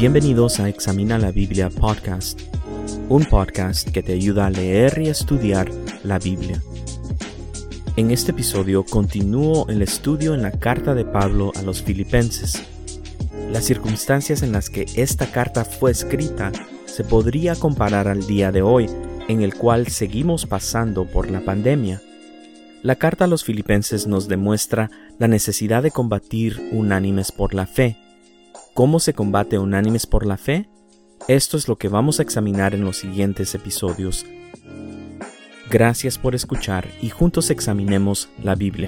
Bienvenidos a Examina la Biblia Podcast, un podcast que te ayuda a leer y estudiar la Biblia. En este episodio continúo el estudio en la carta de Pablo a los Filipenses. Las circunstancias en las que esta carta fue escrita se podría comparar al día de hoy, en el cual seguimos pasando por la pandemia. La carta a los Filipenses nos demuestra la necesidad de combatir unánimes por la fe. ¿Cómo se combate unánimes por la fe? Esto es lo que vamos a examinar en los siguientes episodios. Gracias por escuchar y juntos examinemos la Biblia.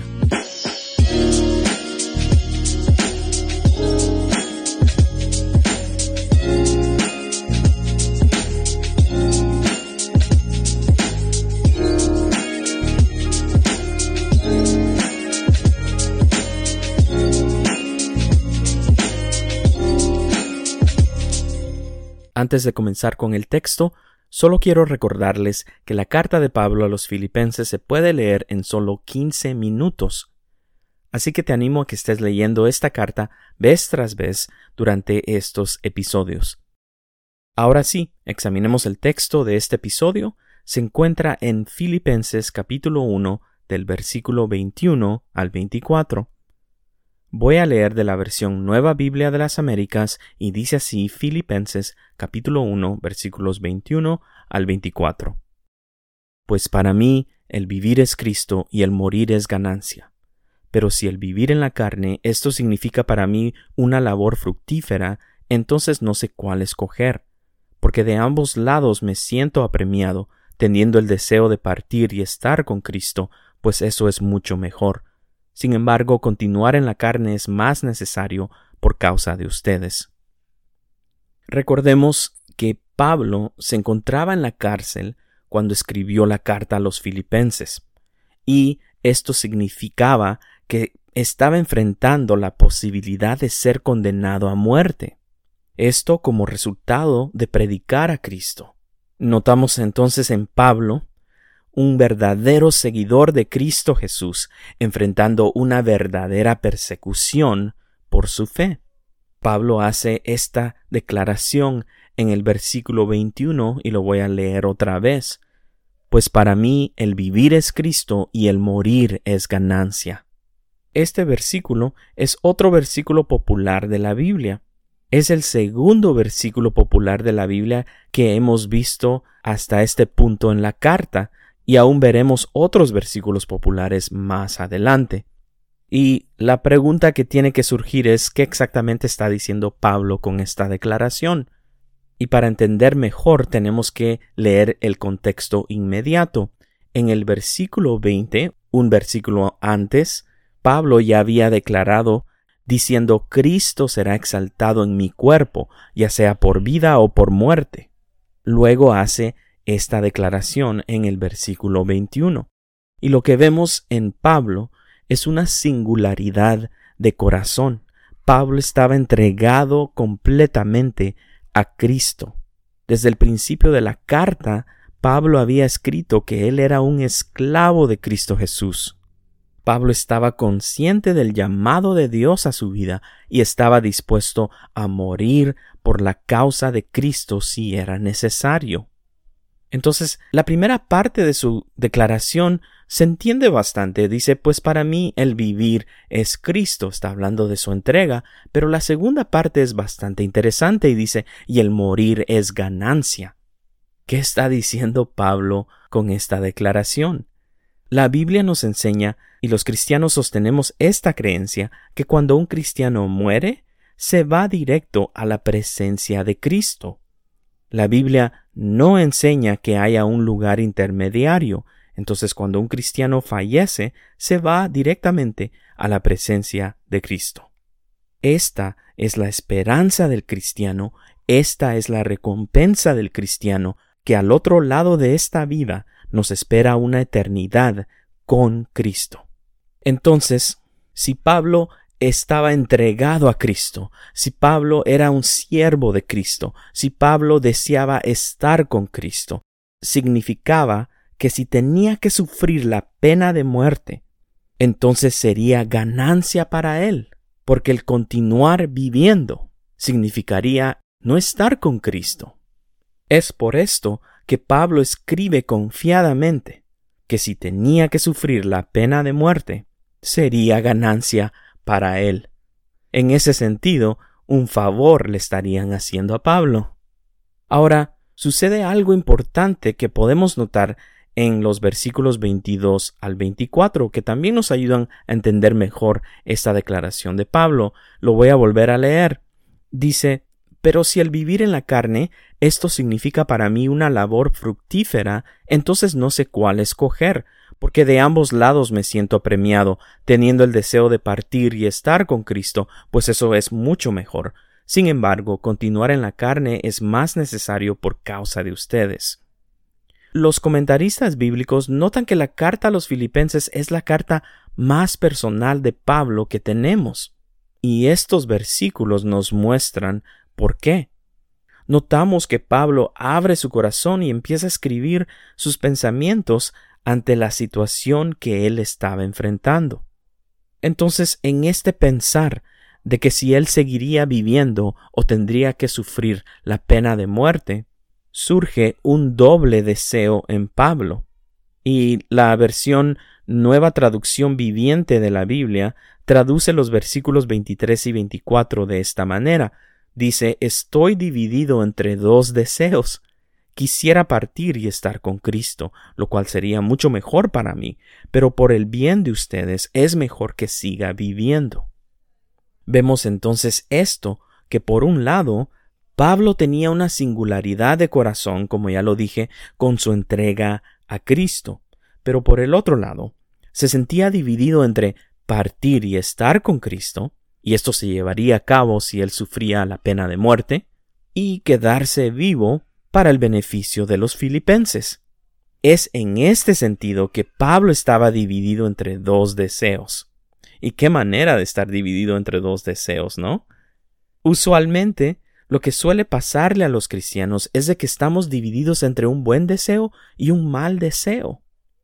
Antes de comenzar con el texto, solo quiero recordarles que la carta de Pablo a los Filipenses se puede leer en solo 15 minutos. Así que te animo a que estés leyendo esta carta vez tras vez durante estos episodios. Ahora sí, examinemos el texto de este episodio. Se encuentra en Filipenses capítulo 1 del versículo 21 al 24. Voy a leer de la versión Nueva Biblia de las Américas y dice así Filipenses capítulo 1 versículos 21 al 24. Pues para mí el vivir es Cristo y el morir es ganancia. Pero si el vivir en la carne esto significa para mí una labor fructífera, entonces no sé cuál escoger, porque de ambos lados me siento apremiado, teniendo el deseo de partir y estar con Cristo, pues eso es mucho mejor. Sin embargo, continuar en la carne es más necesario por causa de ustedes. Recordemos que Pablo se encontraba en la cárcel cuando escribió la carta a los Filipenses, y esto significaba que estaba enfrentando la posibilidad de ser condenado a muerte. Esto como resultado de predicar a Cristo. Notamos entonces en Pablo un verdadero seguidor de Cristo Jesús, enfrentando una verdadera persecución por su fe. Pablo hace esta declaración en el versículo 21 y lo voy a leer otra vez. Pues para mí el vivir es Cristo y el morir es ganancia. Este versículo es otro versículo popular de la Biblia. Es el segundo versículo popular de la Biblia que hemos visto hasta este punto en la carta. Y aún veremos otros versículos populares más adelante. Y la pregunta que tiene que surgir es ¿qué exactamente está diciendo Pablo con esta declaración? Y para entender mejor tenemos que leer el contexto inmediato. En el versículo 20, un versículo antes, Pablo ya había declarado diciendo Cristo será exaltado en mi cuerpo, ya sea por vida o por muerte. Luego hace esta declaración en el versículo 21. Y lo que vemos en Pablo es una singularidad de corazón. Pablo estaba entregado completamente a Cristo. Desde el principio de la carta, Pablo había escrito que él era un esclavo de Cristo Jesús. Pablo estaba consciente del llamado de Dios a su vida y estaba dispuesto a morir por la causa de Cristo si era necesario. Entonces, la primera parte de su declaración se entiende bastante. Dice, pues para mí el vivir es Cristo. Está hablando de su entrega. Pero la segunda parte es bastante interesante y dice, y el morir es ganancia. ¿Qué está diciendo Pablo con esta declaración? La Biblia nos enseña, y los cristianos sostenemos esta creencia, que cuando un cristiano muere, se va directo a la presencia de Cristo. La Biblia no enseña que haya un lugar intermediario. Entonces, cuando un cristiano fallece, se va directamente a la presencia de Cristo. Esta es la esperanza del cristiano, esta es la recompensa del cristiano, que al otro lado de esta vida nos espera una eternidad con Cristo. Entonces, si Pablo estaba entregado a Cristo, si Pablo era un siervo de Cristo, si Pablo deseaba estar con Cristo, significaba que si tenía que sufrir la pena de muerte, entonces sería ganancia para él, porque el continuar viviendo significaría no estar con Cristo. Es por esto que Pablo escribe confiadamente que si tenía que sufrir la pena de muerte, sería ganancia para él. En ese sentido, un favor le estarían haciendo a Pablo. Ahora, sucede algo importante que podemos notar en los versículos 22 al 24, que también nos ayudan a entender mejor esta declaración de Pablo. Lo voy a volver a leer. Dice: pero si el vivir en la carne, esto significa para mí una labor fructífera, entonces no sé cuál escoger, porque de ambos lados me siento apremiado, teniendo el deseo de partir y estar con Cristo, pues eso es mucho mejor. Sin embargo, continuar en la carne es más necesario por causa de ustedes. Los comentaristas bíblicos notan que la carta a los Filipenses es la carta más personal de Pablo que tenemos, y estos versículos nos muestran ¿por qué? Notamos que Pablo abre su corazón y empieza a escribir sus pensamientos ante la situación que él estaba enfrentando. Entonces, en este pensar de que si él seguiría viviendo o tendría que sufrir la pena de muerte, surge un doble deseo en Pablo. Y la versión Nueva Traducción Viviente de la Biblia traduce los versículos 23 y 24 de esta manera. Dice: estoy dividido entre dos deseos. Quisiera partir y estar con Cristo, lo cual sería mucho mejor para mí, pero por el bien de ustedes es mejor que siga viviendo. Vemos entonces esto, que por un lado, Pablo tenía una singularidad de corazón, como ya lo dije, con su entrega a Cristo, pero por el otro lado, se sentía dividido entre partir y estar con Cristo, y esto se llevaría a cabo si él sufría la pena de muerte, y quedarse vivo para el beneficio de los filipenses. Es en este sentido que Pablo estaba dividido entre dos deseos. Y qué manera de estar dividido entre dos deseos, ¿no? Usualmente, lo que suele pasarle a los cristianos es de que estamos divididos entre un buen deseo y un mal deseo.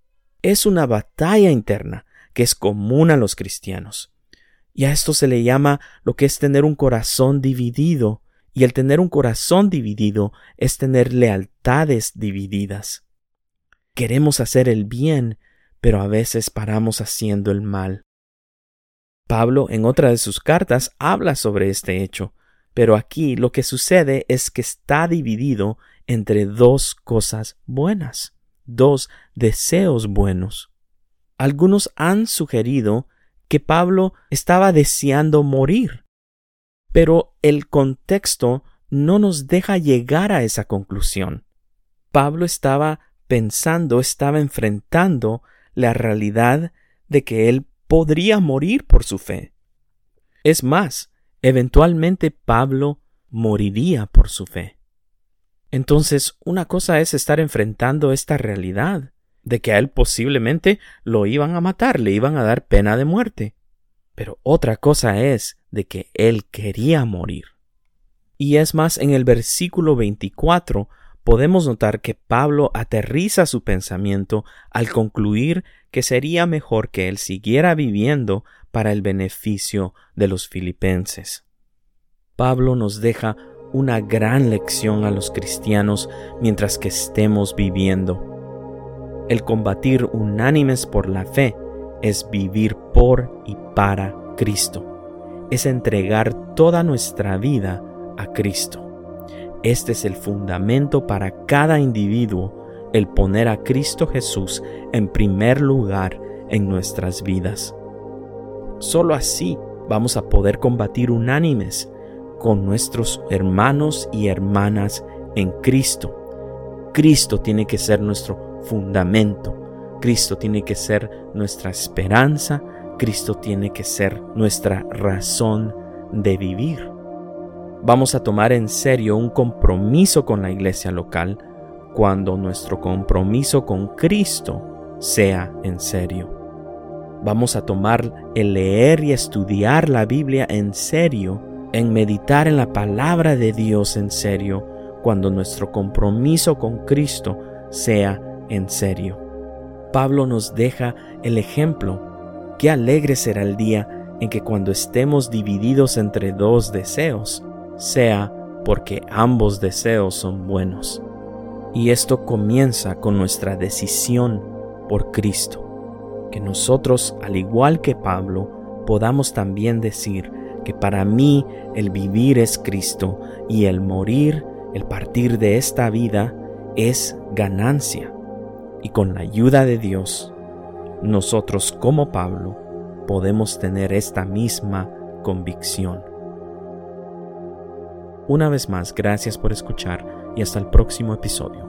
Es una batalla interna que es común a los cristianos. Y a esto se le llama lo que es tener un corazón dividido, y el tener un corazón dividido es tener lealtades divididas. Queremos hacer el bien, pero a veces paramos haciendo el mal. Pablo, en otra de sus cartas, habla sobre este hecho, pero aquí lo que sucede es que está dividido entre dos cosas buenas, dos deseos buenos. Algunos han sugerido que Pablo estaba deseando morir, pero el contexto no nos deja llegar a esa conclusión. Pablo estaba enfrentando la realidad de que él podría morir por su fe. Es más, eventualmente Pablo moriría por su fe. Entonces, una cosa es estar enfrentando esta realidad de que a él posiblemente lo iban a matar, le iban a dar pena de muerte. Pero otra cosa es de que él quería morir. Y es más, en el versículo 24 podemos notar que Pablo aterriza su pensamiento al concluir que sería mejor que él siguiera viviendo para el beneficio de los filipenses. Pablo nos deja una gran lección a los cristianos mientras que estemos viviendo. El combatir unánimes por la fe es vivir por y para Cristo. Es entregar toda nuestra vida a Cristo. Este es el fundamento para cada individuo, el poner a Cristo Jesús en primer lugar en nuestras vidas. Solo así vamos a poder combatir unánimes con nuestros hermanos y hermanas en Cristo. Cristo tiene que ser nuestro fundamento. Cristo tiene que ser nuestra esperanza. Cristo tiene que ser nuestra razón de vivir. Vamos a tomar en serio un compromiso con la iglesia local cuando nuestro compromiso con Cristo sea en serio. Vamos a tomar el leer y estudiar la Biblia en serio, en meditar en la palabra de Dios en serio, cuando nuestro compromiso con Cristo sea en serio. Pablo nos deja el ejemplo. Qué alegre será el día en que cuando estemos divididos entre dos deseos, sea porque ambos deseos son buenos. Y esto comienza con nuestra decisión por Cristo, que nosotros, al igual que Pablo, podamos también decir que para mí el vivir es Cristo y el morir, el partir de esta vida, es ganancia. Y con la ayuda de Dios, nosotros como Pablo podemos tener esta misma convicción. Una vez más, gracias por escuchar y hasta el próximo episodio.